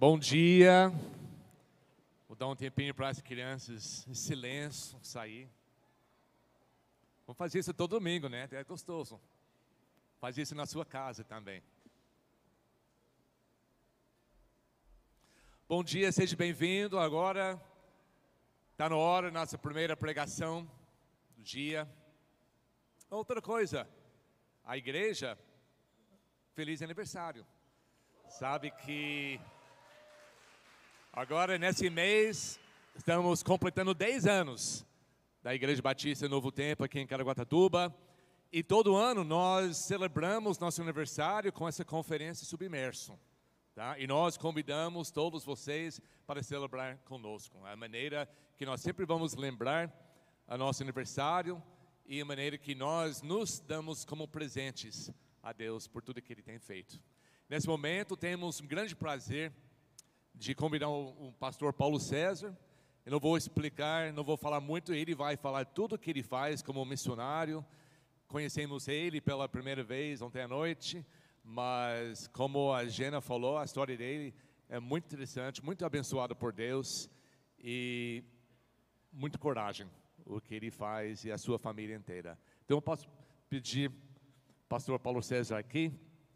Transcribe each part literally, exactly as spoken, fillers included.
Bom dia. Vou dar um tempinho para as crianças em silêncio sair. Vamos fazer isso todo domingo, né? É gostoso. Faz isso na sua casa também. Bom dia, seja bem-vindo. Agora está na hora da nossa primeira pregação do dia. Outra coisa, a igreja, feliz aniversário. Sabe que agora, nesse mês, estamos completando dez anos da Igreja Batista Novo Tempo aqui em Caraguatatuba. E todo ano nós celebramos nosso aniversário com essa conferência Submerso. Tá? E nós convidamos todos vocês para celebrar conosco. A maneira que nós sempre vamos lembrar o nosso aniversário e a maneira que nós nos damos como presentes a Deus por tudo que Ele tem feito. Nesse momento temos um grande prazer de convidar o, o pastor Paulo César. Eu não vou explicar, não vou falar muito, ele vai falar tudo o que ele faz como missionário. Conhecemos ele pela primeira vez ontem à noite, mas como a Gena falou, a história dele é muito interessante, muito abençoada por Deus e muita coragem o que ele faz e a sua família inteira. Então eu posso pedir pastor Paulo César aqui.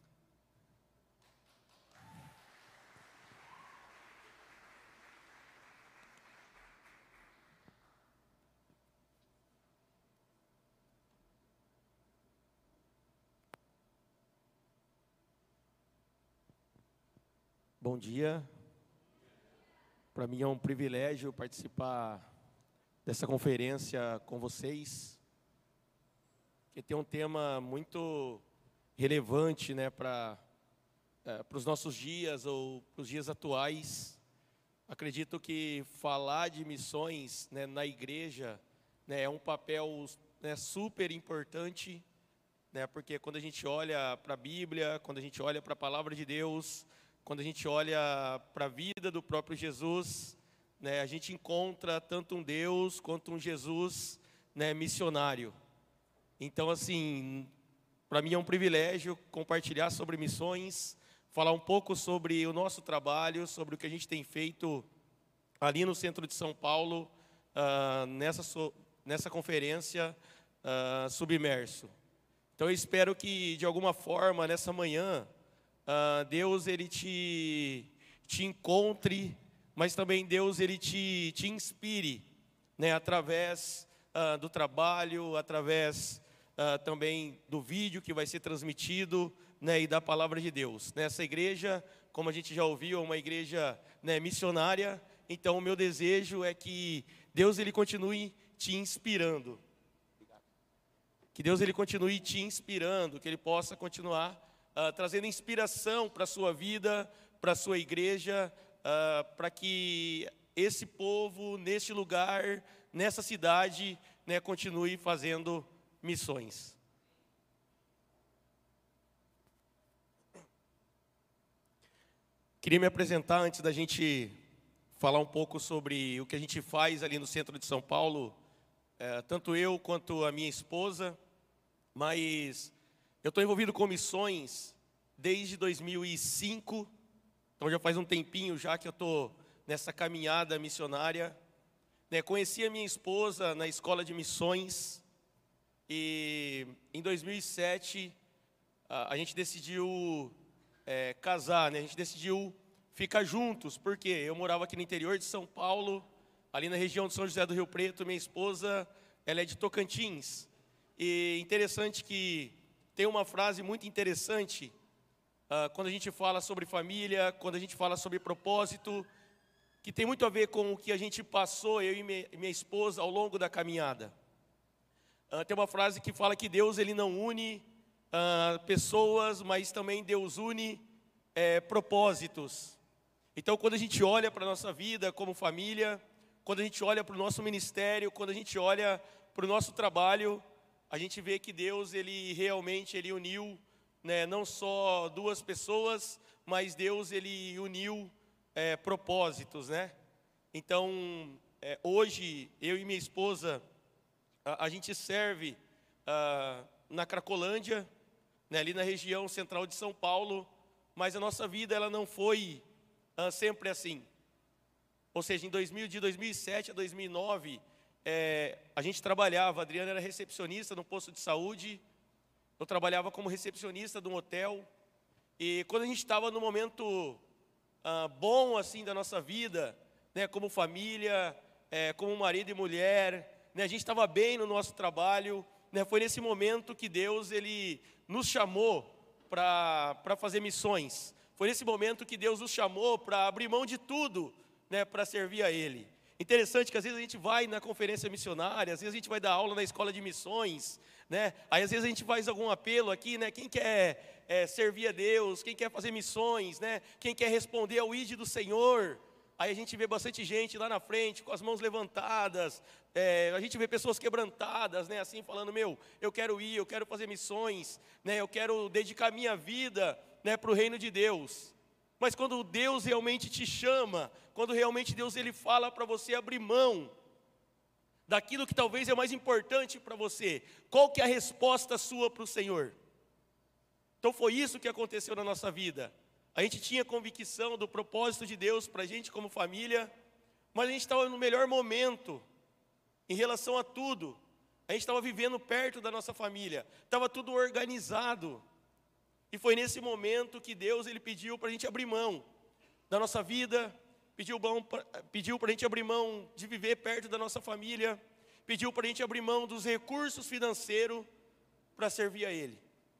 Bom dia. Para mim é um privilégio participar dessa conferência com vocês, que tem um tema muito relevante, né, para é, para os nossos dias ou para os dias atuais. Acredito que falar de missões, né, na igreja, né, é um papel, né, super importante, né, porque quando a gente olha para a Bíblia, quando a gente olha para a Palavra de Deus, quando a gente olha para a vida do próprio Jesus, né, a gente encontra tanto um Deus quanto um Jesus, né, missionário. Então, assim, para mim é um privilégio compartilhar sobre missões, falar um pouco sobre o nosso trabalho, sobre o que a gente tem feito ali no centro de São Paulo, uh, nessa, so, nessa conferência uh, Submerso. Então, eu espero que, de alguma forma, nessa manhã, Uh, Deus ele te, te encontre, mas também Deus ele te, te inspire, né, através uh, do trabalho, através uh, também do vídeo que vai ser transmitido, né, e da palavra de Deus. Nessa igreja, como a gente já ouviu, é uma igreja, né, missionária. Então o meu desejo é que Deus ele continue te inspirando, que Deus ele continue te inspirando, que Ele possa continuar Uh, trazendo inspiração para a sua vida, para a sua igreja, uh, para que esse povo, neste lugar, nessa cidade, né, continue fazendo missões. Queria me apresentar antes da gente falar um pouco sobre o que a gente faz ali no centro de São Paulo, uh, tanto eu quanto a minha esposa, mas eu estou envolvido com missões desde dois mil e cinco, então já faz um tempinho já que eu estou nessa caminhada missionária. Né, conheci a minha esposa na escola de missões e em dois mil e sete a, a gente decidiu é, casar, né, a gente decidiu ficar juntos, porque eu morava aqui no interior de São Paulo, ali na região de São José do Rio Preto, minha esposa ela é de Tocantins. E interessante que tem uma frase muito interessante, uh, quando a gente fala sobre família, quando a gente fala sobre propósito, que tem muito a ver com o que a gente passou, eu e minha, minha esposa, ao longo da caminhada. Uh, tem uma frase que fala que Deus ele não une uh, pessoas, mas também Deus une é, propósitos. Então, quando a gente olha para a nossa vida como família, quando a gente olha para o nosso ministério, quando a gente olha para o nosso trabalho, a gente vê que Deus, ele realmente, ele uniu, né, não só duas pessoas, mas Deus, ele uniu é, propósitos, né? Então, é, hoje, eu e minha esposa, a, a gente serve a, na Cracolândia, né, ali na região central de São Paulo, mas a nossa vida, ela não foi ah, sempre assim. Ou seja, em dois mil, de dois mil e sete a dois mil e nove, é, a gente trabalhava, a Adriana era recepcionista no posto de saúde, eu trabalhava como recepcionista de um hotel, e quando a gente estava no momento ah, bom assim da nossa vida, né, como família, é, como marido e mulher, né, a gente estava bem no nosso trabalho, né, foi nesse momento que Deus ele nos chamou para fazer missões. Foi nesse momento que Deus nos chamou para abrir mão de tudo, né, para servir a Ele. Interessante que às vezes a gente vai na conferência missionária, às vezes a gente vai dar aula na escola de missões, né? Aí às vezes a gente faz algum apelo aqui, né? Quem quer é, servir a Deus, quem quer fazer missões, né? Quem quer responder ao I D do Senhor. Aí a gente vê bastante gente lá na frente, com as mãos levantadas, é, a gente vê pessoas quebrantadas, né, assim, falando, meu, eu quero ir, eu quero fazer missões, né, eu quero dedicar minha vida, né, para o reino de Deus. Mas quando Deus realmente te chama, quando realmente Deus ele fala para você abrir mão daquilo que talvez é mais importante para você, qual que é a resposta sua para o Senhor? Então foi isso que aconteceu na nossa vida. A gente tinha convicção do propósito de Deus para a gente como família, mas a gente estava no melhor momento em relação a tudo. A gente estava vivendo perto da nossa família, estava tudo organizado. E foi nesse momento que Deus ele pediu para a gente abrir mão da nossa vida, pediu, pediu para a gente abrir mão de viver perto da nossa família, pediu para a gente abrir mão dos recursos financeiros para servir a Ele.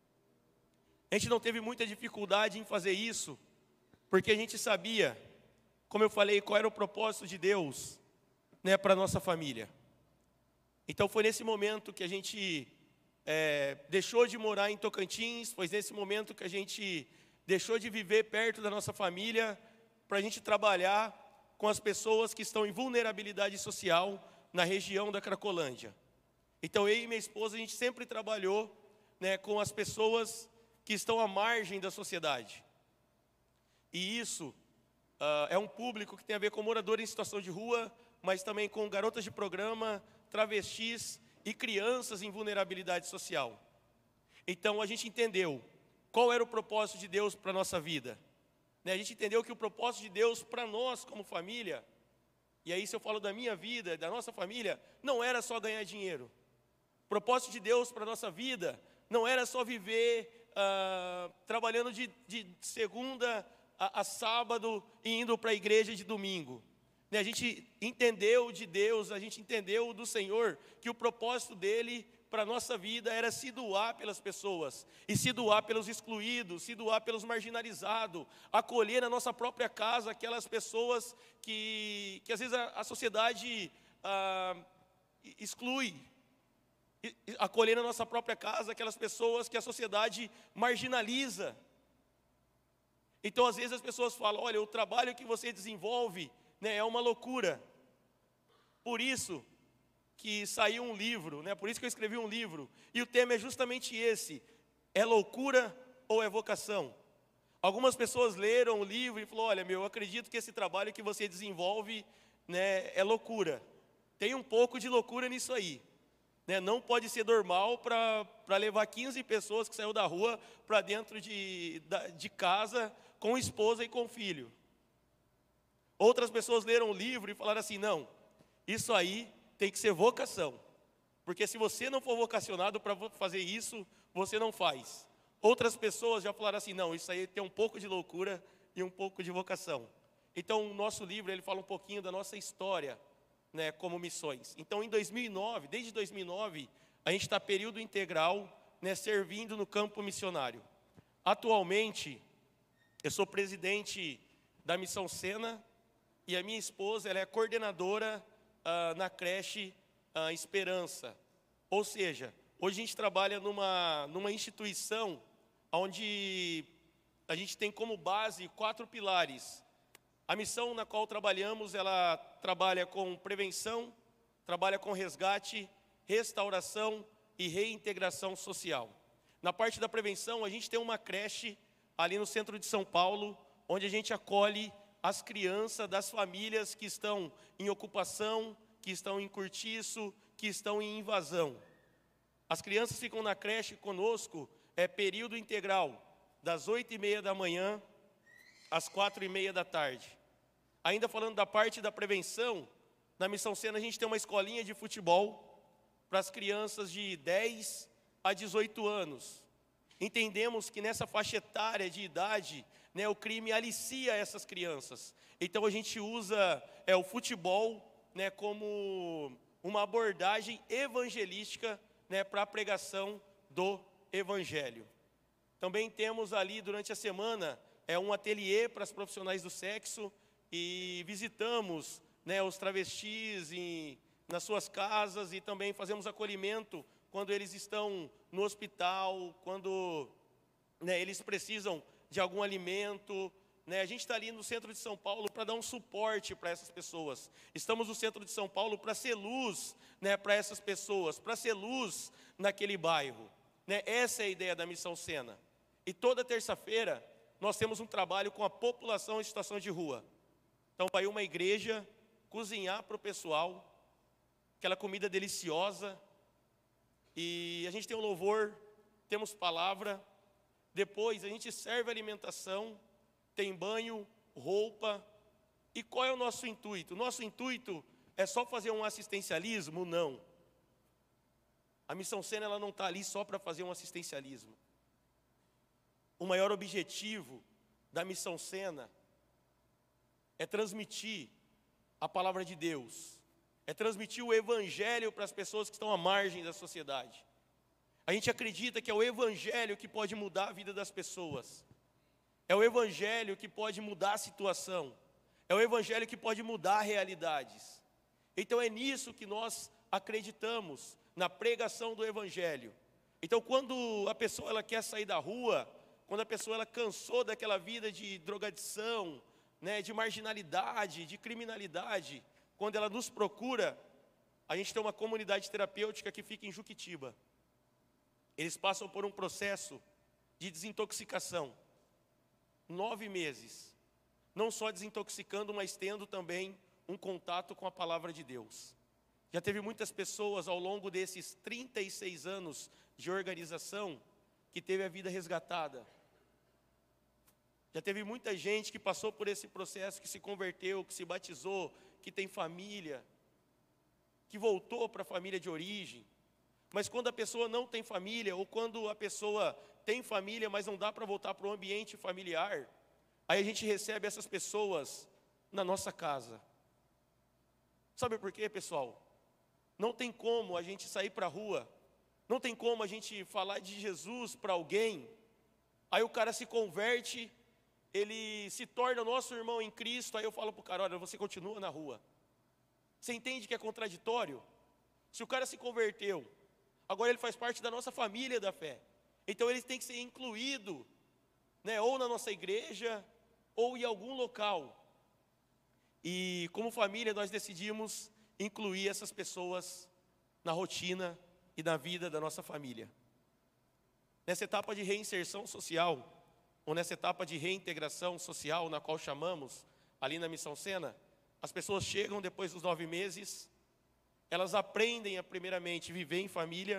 A gente não teve muita dificuldade em fazer isso, porque a gente sabia, como eu falei, qual era o propósito de Deus, né, para a nossa família. Então foi nesse momento que a gente é, deixou de morar em Tocantins, foi nesse momento que a gente deixou de viver perto da nossa família, para a gente trabalhar com as pessoas que estão em vulnerabilidade social na região da Cracolândia. Então eu e minha esposa, a gente sempre trabalhou, né, com as pessoas que estão à margem da sociedade. E isso uh, é um público que tem a ver com moradores em situação de rua, mas também com garotas de programa, travestis e crianças em vulnerabilidade social. Então a gente entendeu qual era o propósito de Deus para a nossa vida. Né? A gente entendeu que o propósito de Deus para nós como família, e aí se eu falo da minha vida, da nossa família, não era só ganhar dinheiro. O propósito de Deus para a nossa vida não era só viver Uh, trabalhando de, de segunda a, a sábado e indo para a igreja de domingo. Né, a gente entendeu de Deus, a gente entendeu do Senhor que o propósito dele para a nossa vida era se doar pelas pessoas, e se doar pelos excluídos, se doar pelos marginalizados, acolher na nossa própria casa aquelas pessoas que, que às vezes a, a sociedade uh, exclui. Acolher na nossa própria casa aquelas pessoas que a sociedade marginaliza. Então, às vezes as pessoas falam, olha, o trabalho que você desenvolve, né, é uma loucura. Por isso que saiu um livro, né, por isso que eu escrevi um livro, e o tema é justamente esse, é loucura ou é vocação? Algumas pessoas leram o livro e falaram, olha, meu, eu acredito que esse trabalho que você desenvolve, né, é loucura. Tem um pouco de loucura nisso aí. Né, não pode ser normal para levar quinze pessoas que saiu da rua para dentro de, de casa com esposa e com filho. Outras pessoas leram o livro e falaram assim, não, isso aí tem que ser vocação. Porque se você não for vocacionado para fazer isso, você não faz. Outras pessoas já falaram assim, não, isso aí tem um pouco de loucura e um pouco de vocação. Então o nosso livro ele fala um pouquinho da nossa história, né, como missões. Então, em dois mil e nove, desde dois mil e nove, a gente está período integral, né, servindo no campo missionário. Atualmente, eu sou presidente da Missão Sena e a minha esposa ela é coordenadora ah, na creche ah, Esperança. Ou seja, hoje a gente trabalha numa, numa instituição onde a gente tem como base quatro pilares. A missão na qual trabalhamos, ela trabalha com prevenção, trabalha com resgate, restauração e reintegração social. Na parte da prevenção, a gente tem uma creche ali no centro de São Paulo, onde a gente acolhe as crianças das famílias que estão em ocupação, que estão em cortiço, que estão em invasão. As crianças ficam na creche conosco, é período integral, das oito e meia da manhã às quatro e meia da tarde. Ainda falando da parte da prevenção, na Missão Sena a gente tem uma escolinha de futebol para as crianças de dez a dezoito anos. Entendemos que nessa faixa etária de idade, né, o crime alicia essas crianças. Então a gente usa é, o futebol, né, como uma abordagem evangelística, né, para a pregação do Evangelho. Também temos ali durante a semana é, um ateliê para os profissionais do sexo e visitamos, né, os travestis em, nas suas casas e também fazemos acolhimento quando eles estão no hospital, quando, né, eles precisam de algum alimento. Né, a gente está ali no centro de São Paulo para dar um suporte para essas pessoas. Estamos no centro de São Paulo para ser luz, né, para essas pessoas, para ser luz naquele bairro. Né, essa é a ideia da Missão Sena. E toda terça-feira nós temos um trabalho com a população em situação de rua. Então, vai uma igreja cozinhar para o pessoal, aquela comida deliciosa. E a gente tem um louvor, temos palavra. Depois a gente serve alimentação, tem banho, roupa. E qual é o nosso intuito? Nosso intuito é só fazer um assistencialismo? Não. A Missão Sena ela não está ali só para fazer um assistencialismo. O maior objetivo da Missão Sena é transmitir a palavra de Deus, é transmitir o Evangelho para as pessoas que estão à margem da sociedade. A gente acredita que é o Evangelho que pode mudar a vida das pessoas. É o Evangelho que pode mudar a situação. É o Evangelho que pode mudar realidades. Então é nisso que nós acreditamos, na pregação do Evangelho. Então quando a pessoa ela quer sair da rua, quando a pessoa ela cansou daquela vida de drogadição, né, de marginalidade, de criminalidade, quando ela nos procura, a gente tem uma comunidade terapêutica que fica em Juquitiba. Eles passam por um processo de desintoxicação. Nove meses. Não só desintoxicando, mas tendo também um contato com a palavra de Deus. Já teve muitas pessoas ao longo desses trinta e seis anos de organização que teve a vida resgatada. Já teve muita gente que passou por esse processo, que se converteu, que se batizou, que tem família, que voltou para a família de origem. Mas quando a pessoa não tem família, ou quando a pessoa tem família, mas não dá para voltar para o ambiente familiar, aí a gente recebe essas pessoas na nossa casa. Sabe por quê, pessoal? Não tem como a gente sair para a rua, não tem como a gente falar de Jesus para alguém, aí o cara se converte, ele se torna nosso irmão em Cristo, aí eu falo para o cara, olha, você continua na rua. Você entende que é contraditório? Se o cara se converteu, agora ele faz parte da nossa família da fé. Então ele tem que ser incluído, né, ou na nossa igreja, ou em algum local. E como família nós decidimos incluir essas pessoas na rotina e na vida da nossa família. Nessa etapa de reinserção social, ou nessa etapa de reintegração social, na qual chamamos, ali na Missão Sena, as pessoas chegam depois dos nove meses, elas aprendem a primeiramente viver em família.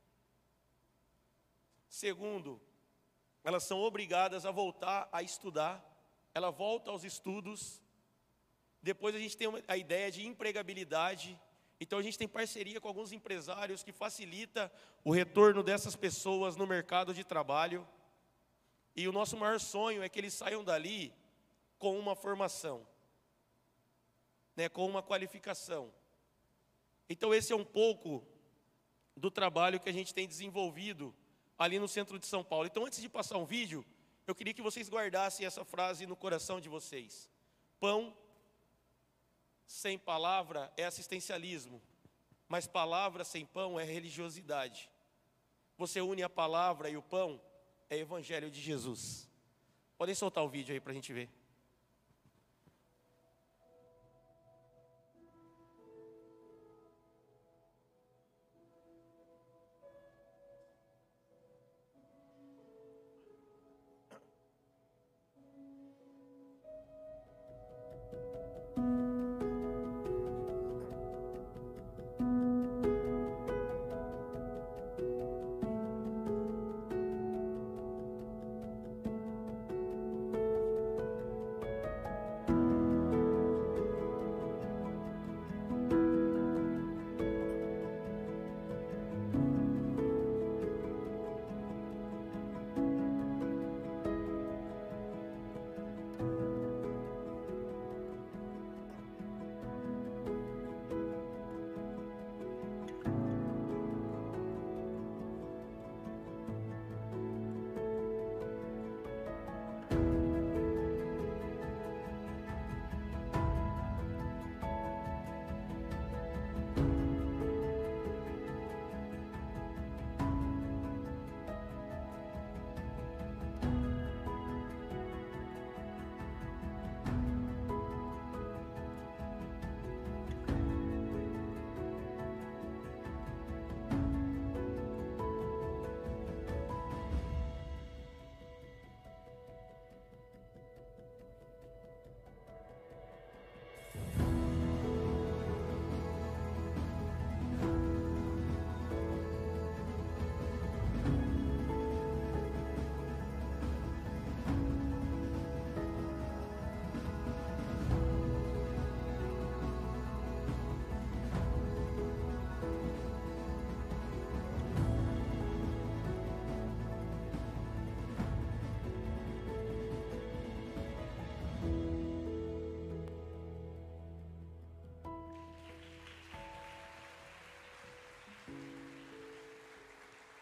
Segundo, elas são obrigadas a voltar a estudar, ela volta aos estudos. Depois a gente tem a ideia de empregabilidade. Então a gente tem parceria com alguns empresários que facilita o retorno dessas pessoas no mercado de trabalho. E o nosso maior sonho é que eles saiam dali com uma formação, né, com uma qualificação. Então esse é um pouco do trabalho que a gente tem desenvolvido ali no centro de São Paulo. Então antes de passar um vídeo, eu queria que vocês guardassem essa frase no coração de vocês. Pão sem palavra é assistencialismo, mas palavra sem pão é religiosidade. Você une a palavra e o pão, é Evangelho de Jesus. Podem soltar o vídeo aí para a gente ver.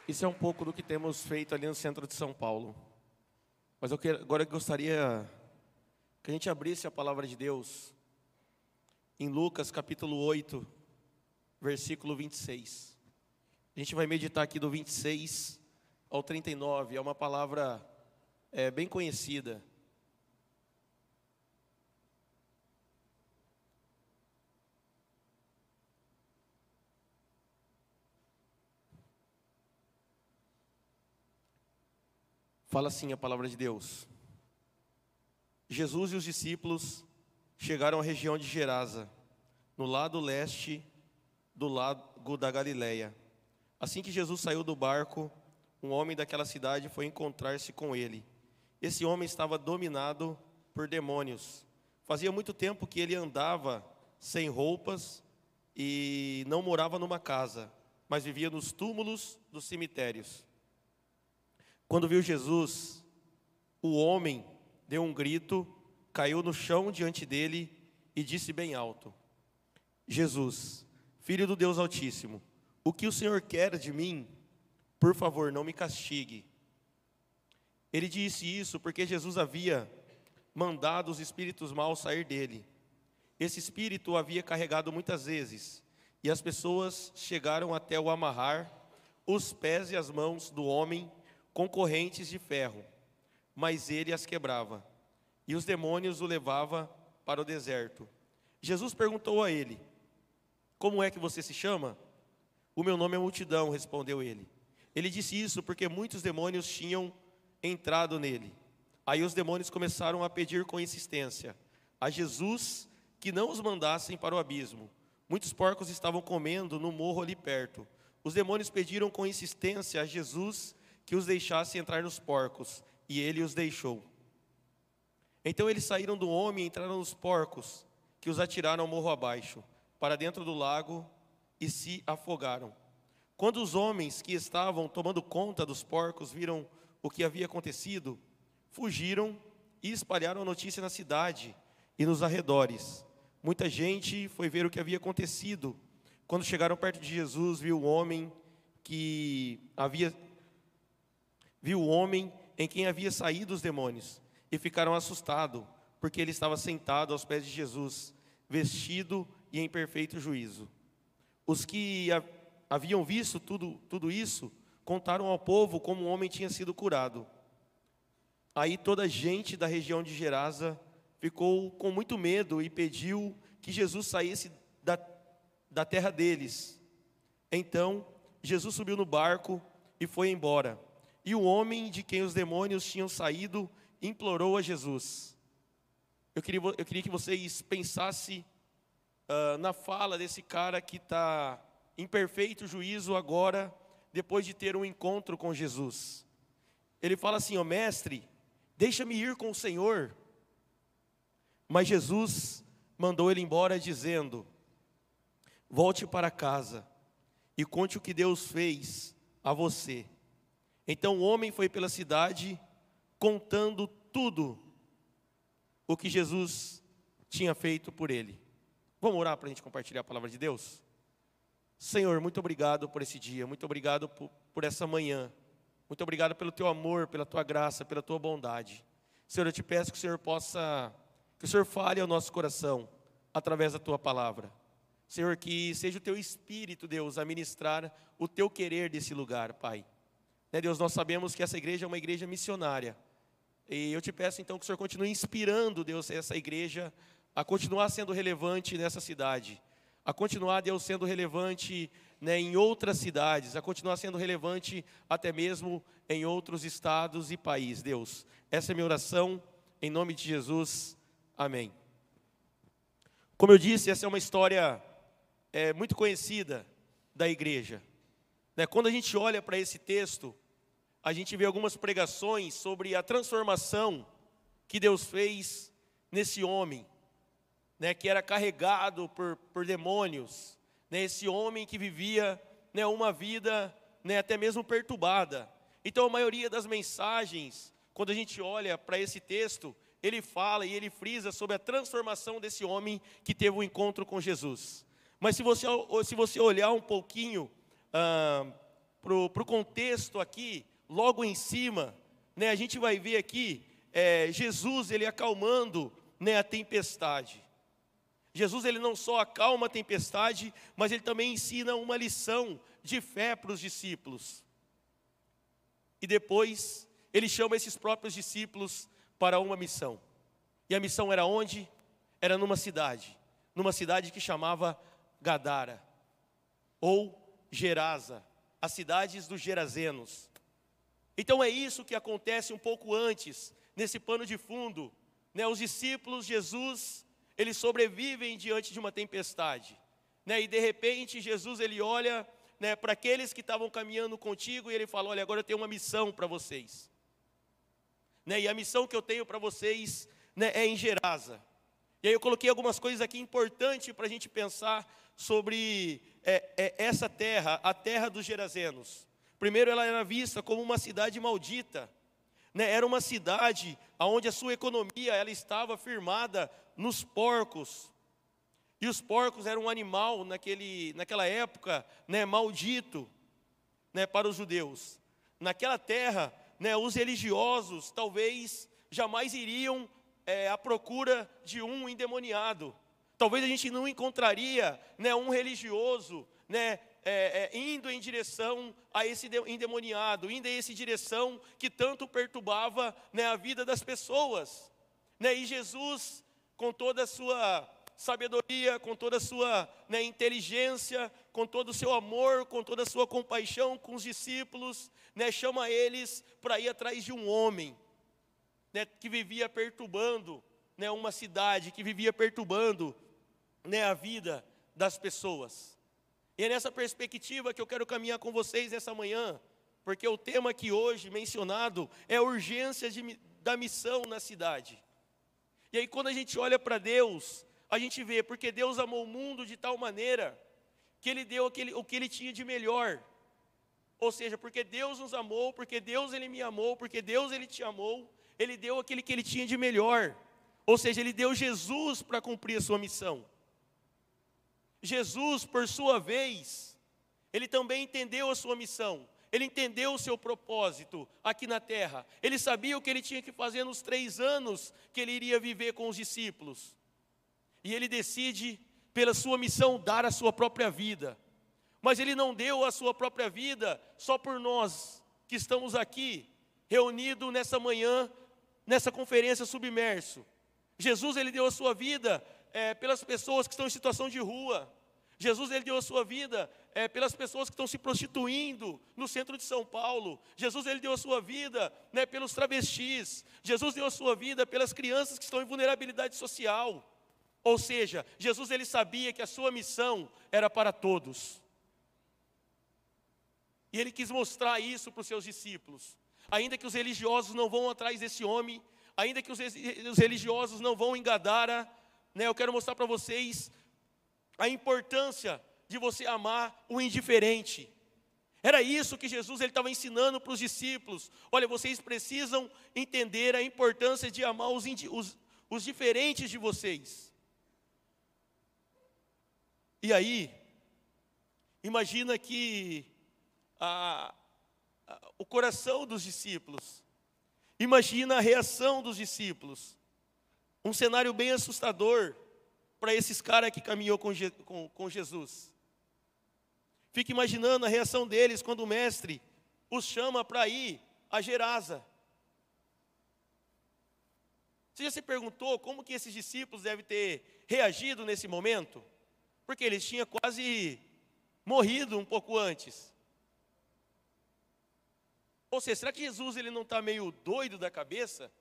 Isso é um pouco do que temos feito ali no centro de São Paulo. Mas eu quero, agora eu gostaria que a gente abrisse a palavra de Deus em Lucas capítulo oito, versículo vinte e seis. A gente vai meditar aqui do vinte e seis ao trinta e nove. É uma palavra é, bem conhecida. Fala assim a palavra de Deus. Jesus e os discípulos chegaram à região de Gerasa, no lado leste do lago da Galileia. Assim que Jesus saiu do barco, um homem daquela cidade foi encontrar-se com ele. Esse homem estava dominado por demônios. Fazia muito tempo que ele andava sem roupas e não morava numa casa, mas vivia nos túmulos dos cemitérios. Quando viu Jesus, o homem deu um grito, caiu no chão diante dele e disse bem alto: Jesus, Filho do Deus Altíssimo, o que o Senhor quer de mim? Por favor, não me castigue. Ele disse isso porque Jesus havia mandado os espíritos maus sair dele. Esse espírito o havia carregado muitas vezes, e as pessoas chegaram até o amarrar os pés e as mãos do homem com correntes de ferro, mas ele as quebrava, e os demônios o levavam para o deserto. Jesus perguntou a ele: como é que você se chama? O meu nome é Multidão, respondeu ele. Ele disse isso porque muitos demônios tinham entrado nele. Aí os demônios começaram a pedir com insistência a Jesus que não os mandassem para o abismo. Muitos porcos estavam comendo no morro ali perto. Os demônios pediram com insistência a Jesus que os deixasse entrar nos porcos, e ele os deixou. Então eles saíram do homem e entraram nos porcos, que os atiraram ao morro abaixo, para dentro do lago, e se afogaram. Quando os homens que estavam tomando conta dos porcos viram o que havia acontecido, fugiram e espalharam a notícia na cidade e nos arredores. Muita gente foi ver o que havia acontecido. Quando chegaram perto de Jesus, viu o homem que havia viu o homem em quem havia saído os demônios, e ficaram assustados, porque ele estava sentado aos pés de Jesus, vestido e em perfeito juízo. Os que haviam visto tudo, tudo isso, contaram ao povo como o homem tinha sido curado. Aí toda a gente da região de Gerasa ficou com muito medo e pediu que Jesus saísse da, da terra deles. Então, Jesus subiu no barco e foi embora. E o homem de quem os demônios tinham saído implorou a Jesus. Eu queria, eu queria que vocês pensassem uh, na fala desse cara que está em perfeito juízo agora, depois de ter um encontro com Jesus. Ele fala assim: ó, mestre, deixa-me ir com o Senhor. Mas Jesus mandou ele embora dizendo: volte para casa e conte o que Deus fez a você. Então o homem foi pela cidade contando tudo o que Jesus tinha feito por ele. Vamos orar para a gente compartilhar a palavra de Deus? Senhor, muito obrigado por esse dia, muito obrigado por, por essa manhã. Muito obrigado pelo teu amor, pela tua graça, pela tua bondade. Senhor, eu te peço que o Senhor possa, que o Senhor fale ao nosso coração através da tua palavra. Senhor, que seja o teu Espírito, Deus, a ministrar o teu querer desse lugar, Pai. Né, Deus, nós sabemos que essa igreja é uma igreja missionária. E eu te peço então que o Senhor continue inspirando, Deus, essa igreja a continuar sendo relevante nessa cidade. A continuar, Deus, sendo relevante, né, em outras cidades. A continuar sendo relevante até mesmo em outros estados e países, Deus. Essa é a minha oração, em nome de Jesus. Amém. Como eu disse, essa é uma história é, muito conhecida da igreja. Né, quando a gente olha para esse texto, a gente vê algumas pregações sobre a transformação que Deus fez nesse homem, né, que era carregado por, por demônios, né, esse homem que vivia, né, uma vida, né, até mesmo perturbada. Então a maioria das mensagens, quando a gente olha para esse texto, ele fala e ele frisa sobre a transformação desse homem que teve um encontro com Jesus. Mas se você, se você olhar um pouquinho ah, o contexto aqui, logo em cima, né, a gente vai ver aqui, é, Jesus, ele acalmando, né, a tempestade. Jesus, ele não só acalma a tempestade, mas ele também ensina uma lição de fé para os discípulos. E depois, ele chama esses próprios discípulos para uma missão. E a missão era onde? Era numa cidade. Numa cidade que chamava Gadara, ou Gerasa, as cidades dos Gerazenos. Então é isso que acontece um pouco antes, nesse pano de fundo, né? Os discípulos, Jesus, eles sobrevivem diante de uma tempestade, né? E de repente Jesus, ele olha, né, para aqueles que estavam caminhando contigo e ele fala: olha, agora eu tenho uma missão para vocês, né? E a missão que eu tenho para vocês, né, é em Gerasa. E aí eu coloquei algumas coisas aqui importantes para a gente pensar sobre é, é, essa terra, a terra dos Gerazenos. Primeiro, ela era vista como uma cidade maldita, né? Era uma cidade onde a sua economia ela estava firmada nos porcos. E os porcos eram um animal naquele, naquela época, né, maldito, né, para os judeus. Naquela terra, né, os religiosos talvez jamais iriam é, à procura de um endemoniado. Talvez a gente não encontraria, né, um religioso, né, é, é, indo em direção a esse endemoniado, indo em essa direção que tanto perturbava, né, a vida das pessoas, né? E Jesus, com toda a sua sabedoria, com toda a sua, né, inteligência, com todo o seu amor, com toda a sua compaixão com os discípulos, né, chama eles para ir atrás de um homem, né, que vivia perturbando, né, uma cidade, que vivia perturbando, né, a vida das pessoas. E é nessa perspectiva que eu quero caminhar com vocês essa manhã, porque o tema aqui hoje mencionado é a urgência de, da missão na cidade. E aí quando a gente olha para Deus, a gente vê, porque Deus amou o mundo de tal maneira que Ele deu aquele, o que Ele tinha de melhor. Ou seja, porque Deus nos amou, porque Deus Ele me amou, porque Deus Ele te amou, Ele deu aquele que Ele tinha de melhor. Ou seja, Ele deu Jesus para cumprir a sua missão. Jesus, por sua vez, Ele também entendeu a sua missão. Ele entendeu o seu propósito aqui na terra. Ele sabia o que Ele tinha que fazer nos três anos que Ele iria viver com os discípulos. E Ele decide, pela sua missão, dar a sua própria vida. Mas Ele não deu a sua própria vida só por nós que estamos aqui, reunidos nessa manhã, nessa conferência Submerso. Jesus, Ele deu a sua vida é, pelas pessoas que estão em situação de rua. Jesus, Ele deu a sua vida é, pelas pessoas que estão se prostituindo no centro de São Paulo. Jesus, Ele deu a sua vida, né, pelos travestis. Jesus deu a sua vida pelas crianças que estão em vulnerabilidade social. Ou seja, Jesus, Ele sabia que a sua missão era para todos. E Ele quis mostrar isso para os seus discípulos. Ainda que os religiosos não vão atrás desse homem, ainda que os, os religiosos não vão em Gadara, né, eu quero mostrar para vocês a importância de você amar o indiferente. Era isso que Jesus ele estava ensinando para os discípulos. Olha, vocês precisam entender a importância de amar os, os, os diferentes de vocês. E aí, imagina que a, a, o coração dos discípulos, imagina a reação dos discípulos. Um cenário bem assustador para esses caras que caminhou com, com, com Jesus. Fique imaginando a reação deles quando o mestre os chama para ir a Gerasa. Você já se perguntou como que esses discípulos devem ter reagido nesse momento? Porque eles tinham quase morrido um pouco antes. Ou seja, será que Jesus ele não está meio doido da cabeça?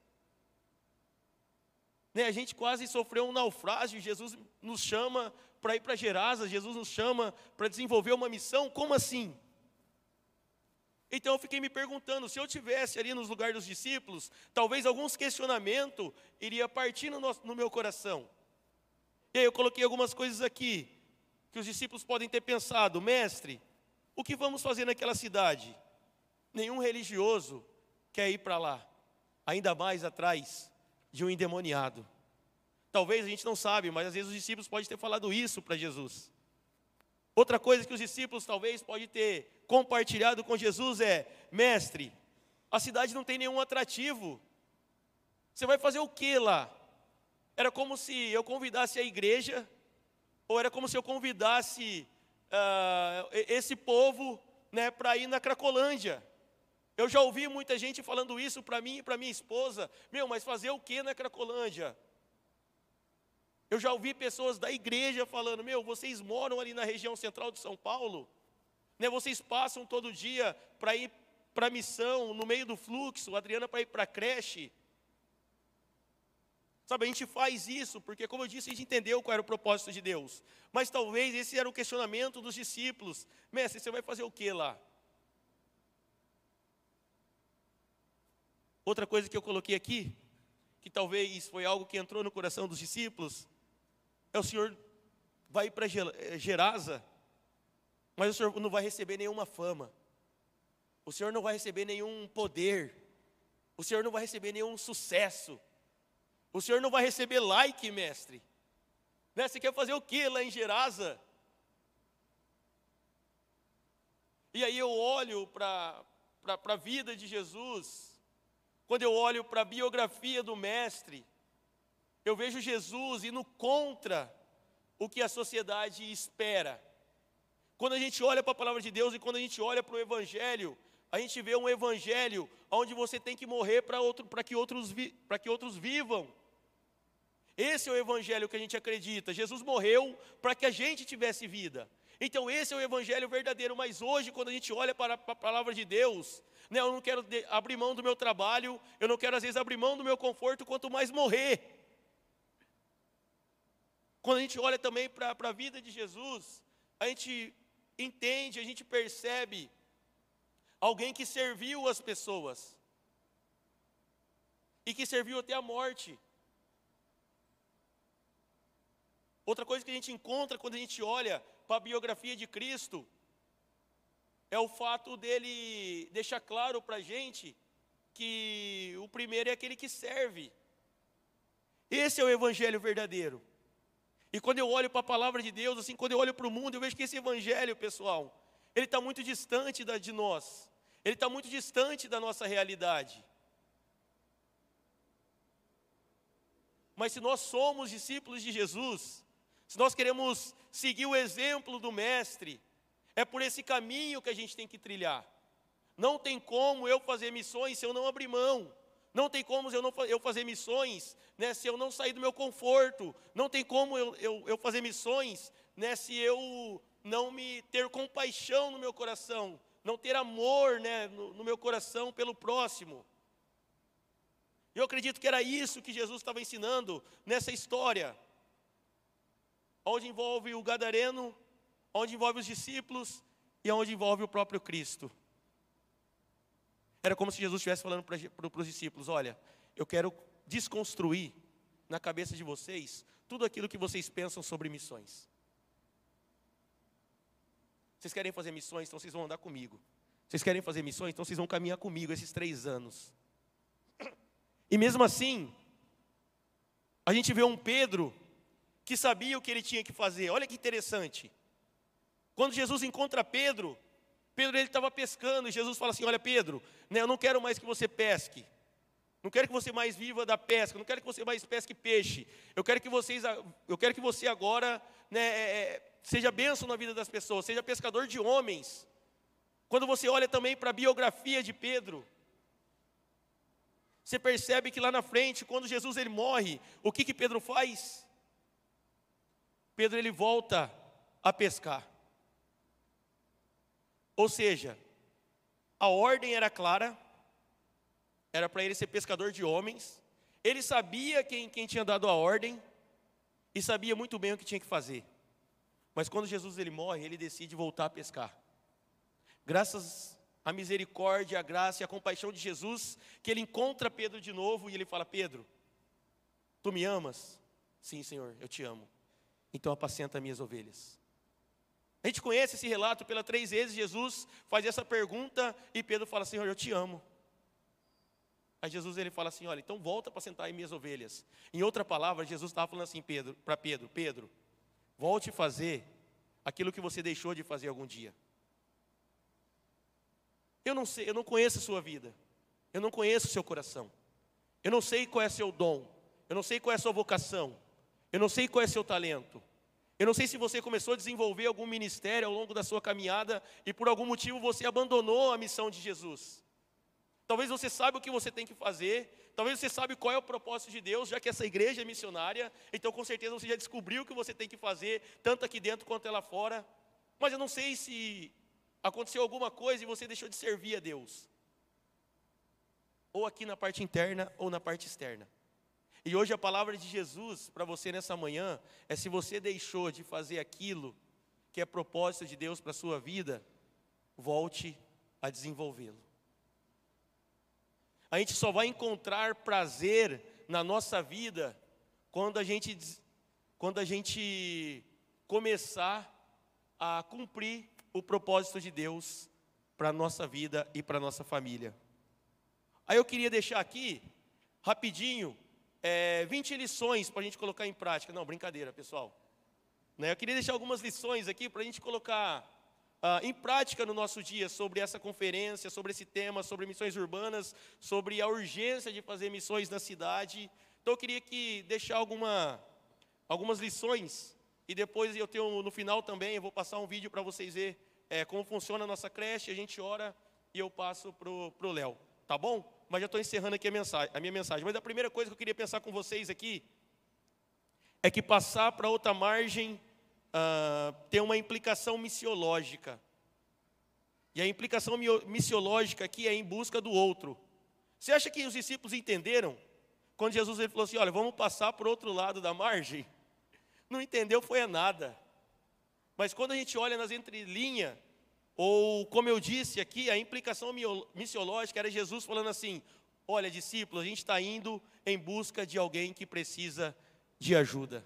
Né, a gente quase sofreu um naufrágio, Jesus nos chama para ir para Gerasa, Jesus nos chama para desenvolver uma missão, como assim? Então eu fiquei me perguntando, se eu tivesse ali nos lugares dos discípulos, talvez alguns questionamentos iria partir no, nosso, no meu coração. E aí eu coloquei algumas coisas aqui, que os discípulos podem ter pensado: mestre, o que vamos fazer naquela cidade? Nenhum religioso quer ir para lá, ainda mais atrás de um endemoniado. Talvez a gente não sabe, mas às vezes os discípulos podem ter falado isso para Jesus. Outra coisa que os discípulos talvez podem ter compartilhado com Jesus é: mestre, a cidade não tem nenhum atrativo. Você vai fazer o que lá? Era como se eu convidasse a igreja, ou era como se eu convidasse uh, esse povo, né, para ir na Cracolândia. Eu já ouvi muita gente falando isso para mim e para minha esposa. Meu, mas fazer o que na Cracolândia? Eu já ouvi pessoas da igreja falando: meu, vocês moram ali na região central de São Paulo, né, vocês passam todo dia para ir para a missão, no meio do fluxo, a Adriana para ir para a creche. Sabe, a gente faz isso porque, como eu disse, a gente entendeu qual era o propósito de Deus. Mas talvez esse era o questionamento dos discípulos: mestre, você vai fazer o que lá? Outra coisa que eu coloquei aqui, que talvez foi algo que entrou no coração dos discípulos, é: o Senhor vai ir para Gerasa, mas o Senhor não vai receber nenhuma fama. O Senhor não vai receber nenhum poder. O Senhor não vai receber nenhum sucesso. O Senhor não vai receber like, mestre. Né? Você quer fazer o que lá em Gerasa? E aí eu olho para a vida de Jesus. Quando eu olho para a biografia do mestre, eu vejo Jesus indo contra o que a sociedade espera. Quando a gente olha para a palavra de Deus e quando a gente olha para o Evangelho, a gente vê um Evangelho onde você tem que morrer para outro, para que outros, para que outros vivam. Esse é o Evangelho que a gente acredita. Jesus morreu para que a gente tivesse vida. Então esse é o Evangelho verdadeiro. Mas hoje, quando a gente olha para a palavra de Deus, né, eu não quero abrir mão do meu trabalho, eu não quero às vezes abrir mão do meu conforto, quanto mais morrer. Quando a gente olha também para a vida de Jesus, a gente entende, a gente percebe alguém que serviu as pessoas e que serviu até a morte. Outra coisa que a gente encontra quando a gente olha para a biografia de Cristo é o fato dele deixar claro para a gente que o primeiro é aquele que serve. Esse é o Evangelho verdadeiro. E quando eu olho para a palavra de Deus, assim, quando eu olho para o mundo, eu vejo que esse Evangelho, pessoal, ele está muito distante da, de nós. Ele está muito distante da nossa realidade. Mas se nós somos discípulos de Jesus, se nós queremos seguir o exemplo do Mestre, é por esse caminho que a gente tem que trilhar. Não tem como eu fazer missões se eu não abrir mão. Não tem como eu, não, eu fazer missões, né, se eu não sair do meu conforto. Não tem como eu, eu, eu fazer missões, né, se eu não me ter compaixão no meu coração, não ter amor, né, no, no meu coração pelo próximo. Eu acredito que era isso que Jesus estava ensinando nessa história, onde envolve o gadareno, onde envolve os discípulos e onde envolve o próprio Cristo. Era como se Jesus estivesse falando para os discípulos: olha, eu quero desconstruir na cabeça de vocês tudo aquilo que vocês pensam sobre missões. Vocês querem fazer missões, então vocês vão andar comigo. Vocês querem fazer missões, então vocês vão caminhar comigo esses três anos. E mesmo assim, a gente vê um Pedro que sabia o que ele tinha que fazer. Olha que interessante. Quando Jesus encontra Pedro, Pedro ele estava pescando e Jesus fala assim: olha, Pedro, né, eu não quero mais que você pesque. Não quero que você mais viva da pesca, não quero que você mais pesque peixe. Eu quero que, vocês, eu quero que você agora, né, é, seja bênção na vida das pessoas, seja pescador de homens. Quando você olha também para a biografia de Pedro, você percebe que lá na frente, quando Jesus ele morre, o que que Pedro faz? Pedro ele volta a pescar. Ou seja, a ordem era clara, era para ele ser pescador de homens. Ele sabia quem, quem tinha dado a ordem e sabia muito bem o que tinha que fazer. Mas quando Jesus ele morre, ele decide voltar a pescar. Graças à misericórdia, à graça e à compaixão de Jesus, que ele encontra Pedro de novo e ele fala: Pedro, tu me amas? Sim, Senhor, eu te amo. Então apacenta minhas ovelhas. A gente conhece esse relato, pela três vezes Jesus faz essa pergunta e Pedro fala: Senhor, eu te amo. Aí Jesus ele fala assim: olha, então volta para sentar em minhas ovelhas. Em outra palavra, Jesus estava falando assim Pedro, para Pedro: Pedro, volte a fazer aquilo que você deixou de fazer algum dia. Eu não sei, eu não conheço a sua vida. Eu não conheço o seu coração. Eu não sei qual é seu dom. Eu não sei qual é a sua vocação. Eu não sei qual é seu talento. Eu não sei se você começou a desenvolver algum ministério ao longo da sua caminhada e por algum motivo você abandonou a missão de Jesus. Talvez você saiba o que você tem que fazer, talvez você saiba qual é o propósito de Deus, já que essa igreja é missionária, então com certeza você já descobriu o que você tem que fazer, tanto aqui dentro quanto lá fora. Mas eu não sei se aconteceu alguma coisa e você deixou de servir a Deus. Ou aqui na parte interna ou na parte externa. E hoje a palavra de Jesus para você nessa manhã é: se você deixou de fazer aquilo que é propósito de Deus para a sua vida, volte a desenvolvê-lo. A gente só vai encontrar prazer na nossa vida quando a gente, quando a gente começar a cumprir o propósito de Deus para a nossa vida e para a nossa família. Aí eu queria deixar aqui, rapidinho, É, vinte lições para a gente colocar em prática. Não, brincadeira, pessoal. Né, eu queria deixar algumas lições aqui para a gente colocar ah, em prática no nosso dia sobre essa conferência, sobre esse tema, sobre missões urbanas, sobre a urgência de fazer missões na cidade. Então eu queria que deixar alguma, algumas lições e depois eu tenho no final também, eu vou passar um vídeo para vocês verem é, como funciona a nossa creche, a gente ora e eu passo para o Léo, tá bom? Mas já estou encerrando aqui a, mensagem, a minha mensagem. Mas a primeira coisa que eu queria pensar com vocês aqui é que passar para outra margem ah, tem uma implicação missiológica. E a implicação missiológica aqui é em busca do outro. Você acha que os discípulos entenderam? Quando Jesus ele falou assim, olha, vamos passar para o outro lado da margem. Não entendeu, foi a nada. Mas quando a gente olha nas entrelinhas, ou, como eu disse aqui, a implicação missiológica era Jesus falando assim, olha, discípulos, a gente está indo em busca de alguém que precisa de ajuda.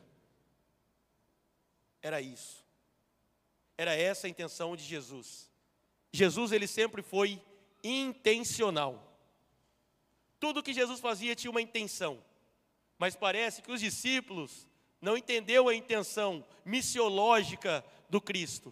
Era isso. Era essa a intenção de Jesus. Jesus, ele sempre foi intencional. Tudo que Jesus fazia tinha uma intenção. Mas parece que os discípulos não entenderam a intenção missiológica do Cristo.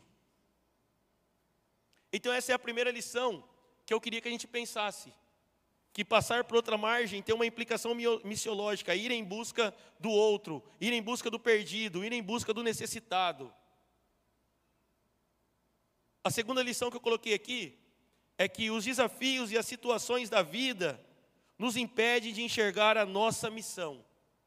Então essa é a primeira lição que eu queria que a gente pensasse. Que passar por outra margem tem uma implicação missiológica, ir em busca do outro, ir em busca do perdido, ir em busca do necessitado. A segunda lição que eu coloquei aqui é que os desafios e as situações da vida nos impedem de enxergar a nossa missão.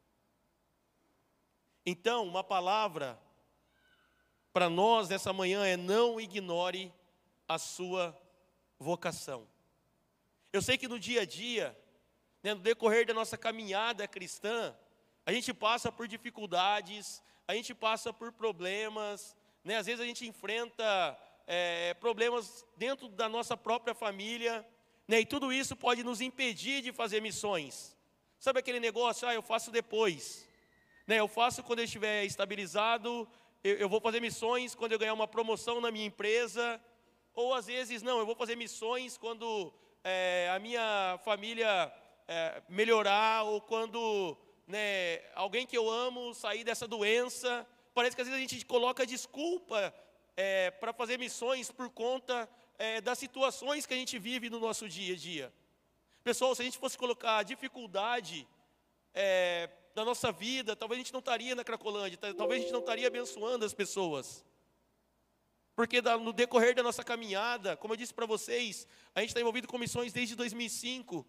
Então, uma palavra para nós nessa manhã é: não ignore a sua vocação. Eu sei que no dia a dia, né, no decorrer da nossa caminhada cristã, a gente passa por dificuldades, a gente passa por problemas, né, às vezes a gente enfrenta é, problemas dentro da nossa própria família, né, e tudo isso pode nos impedir de fazer missões. Sabe aquele negócio, ah, eu faço depois, né, eu faço quando eu estiver estabilizado, eu, eu vou fazer missões quando eu ganhar uma promoção na minha empresa. Ou às vezes, não, eu vou fazer missões quando é, a minha família é, melhorar, ou quando né, alguém que eu amo sair dessa doença. Parece que às vezes a gente coloca desculpa é, para fazer missões por conta é, das situações que a gente vive no nosso dia a dia. Pessoal, se a gente fosse colocar a dificuldade é, da nossa vida, talvez a gente não estaria na Cracolândia, talvez a gente não estaria abençoando as pessoas. Porque no decorrer da nossa caminhada, como eu disse para vocês, a gente está envolvido com missões desde dois mil e cinco,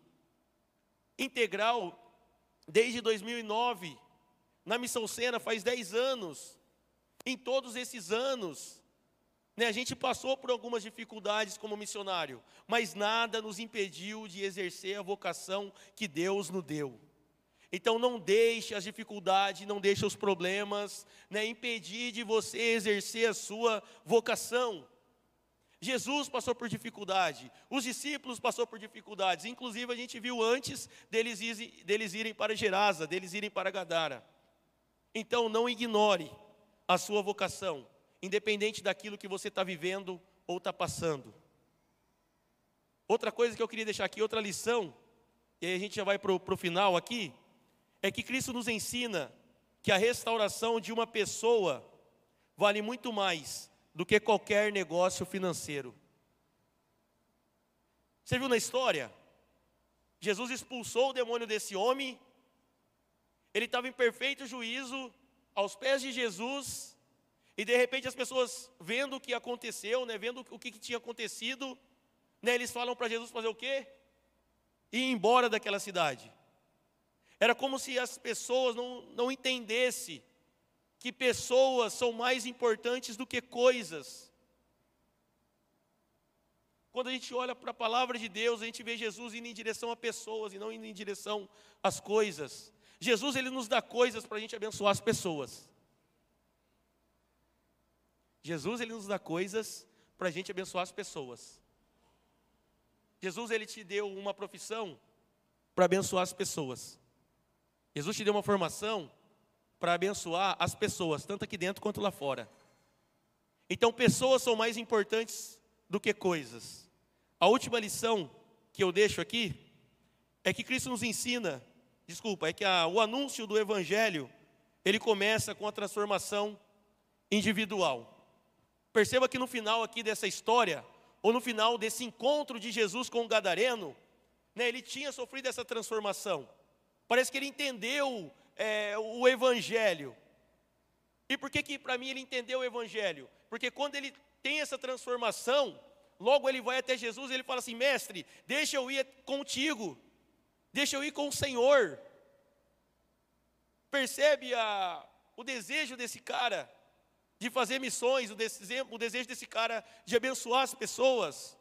integral desde dois mil e nove, na Missão Sena faz dez anos. Em todos esses anos, né, a gente passou por algumas dificuldades como missionário, mas nada nos impediu de exercer a vocação que Deus nos deu. Então não deixe as dificuldades, não deixe os problemas, né, impedir de você exercer a sua vocação. Jesus passou por dificuldade, os discípulos passaram por dificuldades, inclusive a gente viu antes deles, deles irem para Gerasa, deles irem para Gadara. Então não ignore a sua vocação, independente daquilo que você está vivendo ou está passando. Outra coisa que eu queria deixar aqui, outra lição, e aí a gente já vai para o final aqui, é que Cristo nos ensina que a restauração de uma pessoa vale muito mais do que qualquer negócio financeiro. Você viu na história? Jesus expulsou o demônio desse homem, ele estava em perfeito juízo, aos pés de Jesus, e de repente as pessoas vendo o que aconteceu, né, vendo o que, que tinha acontecido, né, eles falam para Jesus fazer o quê? Ir embora daquela cidade. Era como se as pessoas não, não entendessem que pessoas são mais importantes do que coisas. Quando a gente olha para a palavra de Deus, a gente vê Jesus indo em direção a pessoas e não indo em direção às coisas. Jesus, ele nos dá coisas para a gente abençoar as pessoas. Jesus, ele nos dá coisas para a gente abençoar as pessoas. Jesus, ele te deu uma profissão para abençoar as pessoas. Jesus te deu uma formação para abençoar as pessoas, tanto aqui dentro quanto lá fora. Então, pessoas são mais importantes do que coisas. A última lição que eu deixo aqui é que Cristo nos ensina, desculpa, é que a, o anúncio do Evangelho, ele começa com a transformação individual. Perceba que no final aqui dessa história, ou no final desse encontro de Jesus com o gadareno, né, ele tinha sofrido essa transformação. Parece que ele entendeu é, o Evangelho. E por que que para mim ele entendeu o Evangelho? Porque quando ele tem essa transformação, logo ele vai até Jesus e ele fala assim: mestre, deixa eu ir contigo, deixa eu ir com o Senhor. Percebe a, o desejo desse cara de fazer missões, o, dese, o desejo desse cara de abençoar as pessoas.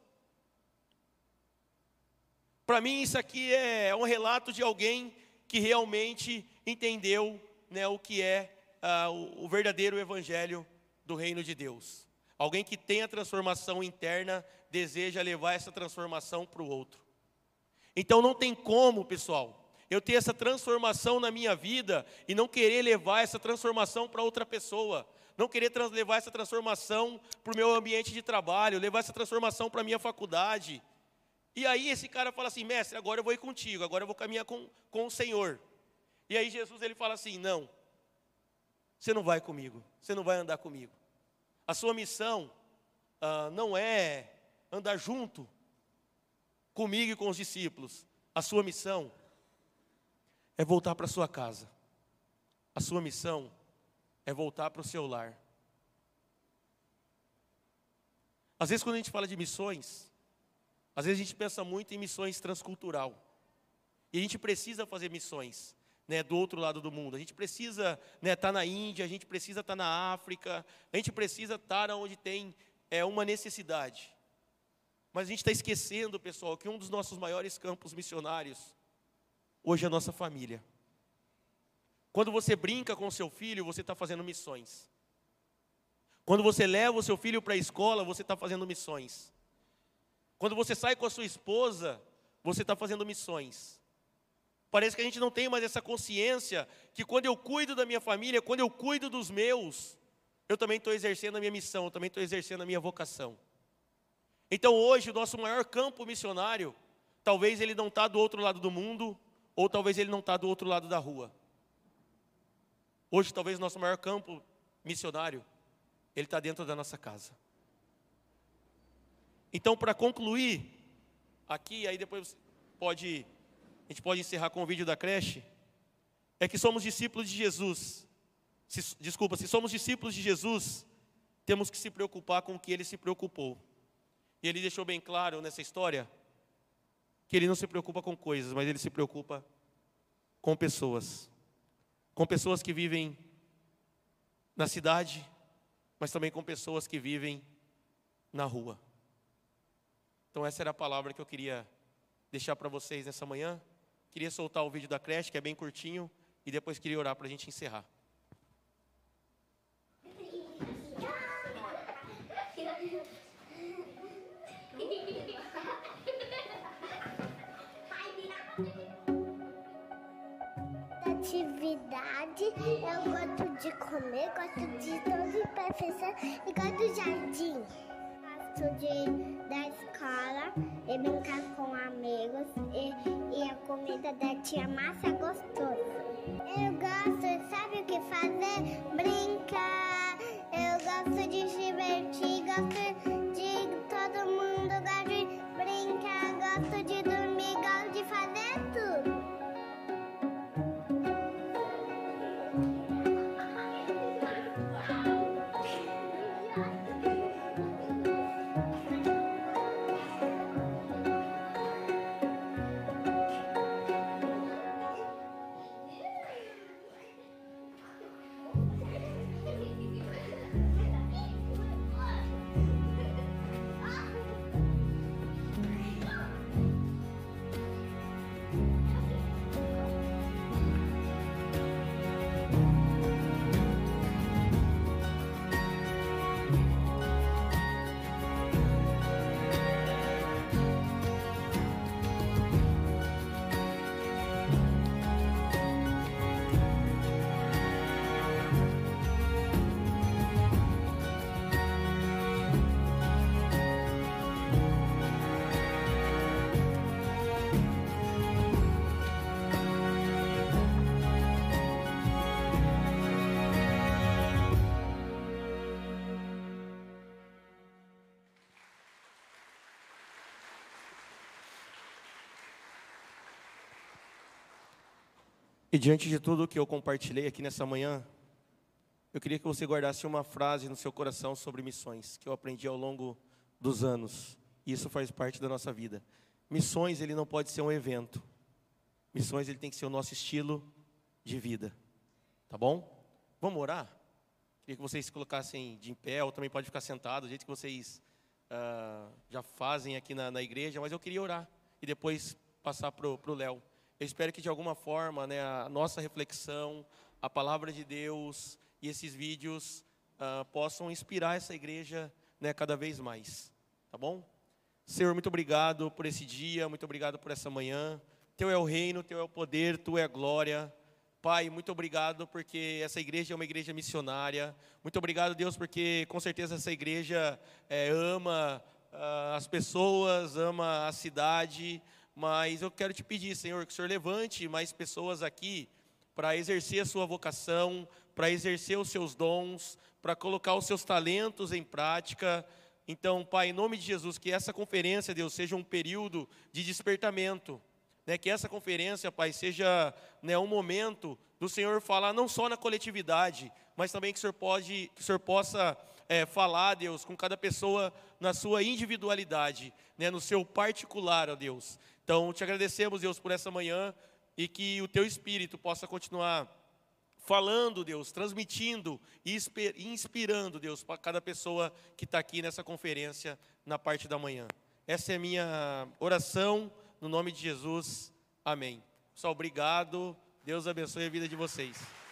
Para mim isso aqui é um relato de alguém que realmente entendeu, né, o que é uh, o, o verdadeiro evangelho do reino de Deus. Alguém que tem a transformação interna, deseja levar essa transformação para o outro. Então não tem como, pessoal, eu ter essa transformação na minha vida e não querer levar essa transformação para outra pessoa. Não querer trans, levar essa transformação para o meu ambiente de trabalho, levar essa transformação para a minha faculdade. E aí esse cara fala assim: mestre, agora eu vou ir contigo, agora eu vou caminhar com, com o Senhor. E aí Jesus, ele fala assim: não, você não vai comigo, você não vai andar comigo. A sua missão ah, não é andar junto comigo e com os discípulos. A sua missão é voltar para a sua casa. A sua missão é voltar para o seu lar. Às vezes quando a gente fala de missões, às vezes a gente pensa muito em missões transcultural. E a gente precisa fazer missões, né, do outro lado do mundo. A gente precisa, né, estar na Índia, a gente precisa estar na África, a gente precisa estar onde tem é, uma necessidade. Mas a gente está esquecendo, pessoal, que um dos nossos maiores campos missionários hoje é a nossa família. Quando você brinca com o seu filho, você está fazendo missões. Quando você leva o seu filho para a escola, você está fazendo missões. Quando você sai com a sua esposa, você está fazendo missões. Parece que a gente não tem mais essa consciência que quando eu cuido da minha família, quando eu cuido dos meus, eu também estou exercendo a minha missão, eu também estou exercendo a minha vocação. Então hoje o nosso maior campo missionário, talvez ele não está do outro lado do mundo, ou talvez ele não está do outro lado da rua. Hoje talvez o nosso maior campo missionário, ele está dentro da nossa casa. Então, para concluir, aqui, aí depois pode, a gente pode encerrar com o vídeo da creche, é que somos discípulos de Jesus. Se, desculpa, se somos discípulos de Jesus, temos que se preocupar com o que Ele se preocupou. E Ele deixou bem claro nessa história, que Ele não se preocupa com coisas, mas Ele se preocupa com pessoas. Com pessoas que vivem na cidade, mas também com pessoas que vivem na rua. Então essa era a palavra que eu queria deixar para vocês nessa manhã. Queria soltar o vídeo da creche, que é bem curtinho, e depois queria orar para a gente encerrar. Atividade, eu gosto de comer, gosto de todos os professores e gosto do jardim. Gosto de da escola e brincar com amigos e, e a comida da tia Márcia é gostosa. Eu gosto, sabe o que fazer? Brincar, eu gosto de se divertir. E diante de tudo que eu compartilhei aqui nessa manhã, eu queria que você guardasse uma frase no seu coração sobre missões, que eu aprendi ao longo dos anos. E isso faz parte da nossa vida. Missões, ele não pode ser um evento. Missões, ele tem que ser o nosso estilo de vida. Tá bom? Vamos orar? Queria que vocês se colocassem de em pé, ou também pode ficar sentado, do jeito que vocês uh, já fazem aqui na, na igreja. Mas eu queria orar e depois passar para o Léo. Eu espero que de alguma forma, né, a nossa reflexão, a palavra de Deus e esses vídeos uh, possam inspirar essa igreja, né, cada vez mais. Tá bom? Senhor, muito obrigado por esse dia, muito obrigado por essa manhã. Teu é o reino, Teu é o poder, Tu é a glória. Pai, muito obrigado porque essa igreja é uma igreja missionária. Muito obrigado, Deus, porque com certeza essa igreja é, ama uh, as pessoas, ama a cidade. Mas eu quero te pedir, Senhor, que o Senhor levante mais pessoas aqui para exercer a sua vocação, para exercer os seus dons, para colocar os seus talentos em prática. Então, Pai, em nome de Jesus, que essa conferência, Deus, seja um período de despertamento. Né, que essa conferência, Pai, seja, né, um momento do Senhor falar não só na coletividade, mas também que o Senhor, pode, que o Senhor possa é, falar, Deus, com cada pessoa na sua individualidade, né, no seu particular, ó Deus. Então, te agradecemos, Deus, por essa manhã e que o Teu Espírito possa continuar falando, Deus, transmitindo e inspirando, Deus, para cada pessoa que está aqui nessa conferência na parte da manhã. Essa é a minha oração. No nome de Jesus, amém. Pessoal, obrigado. Deus abençoe a vida de vocês.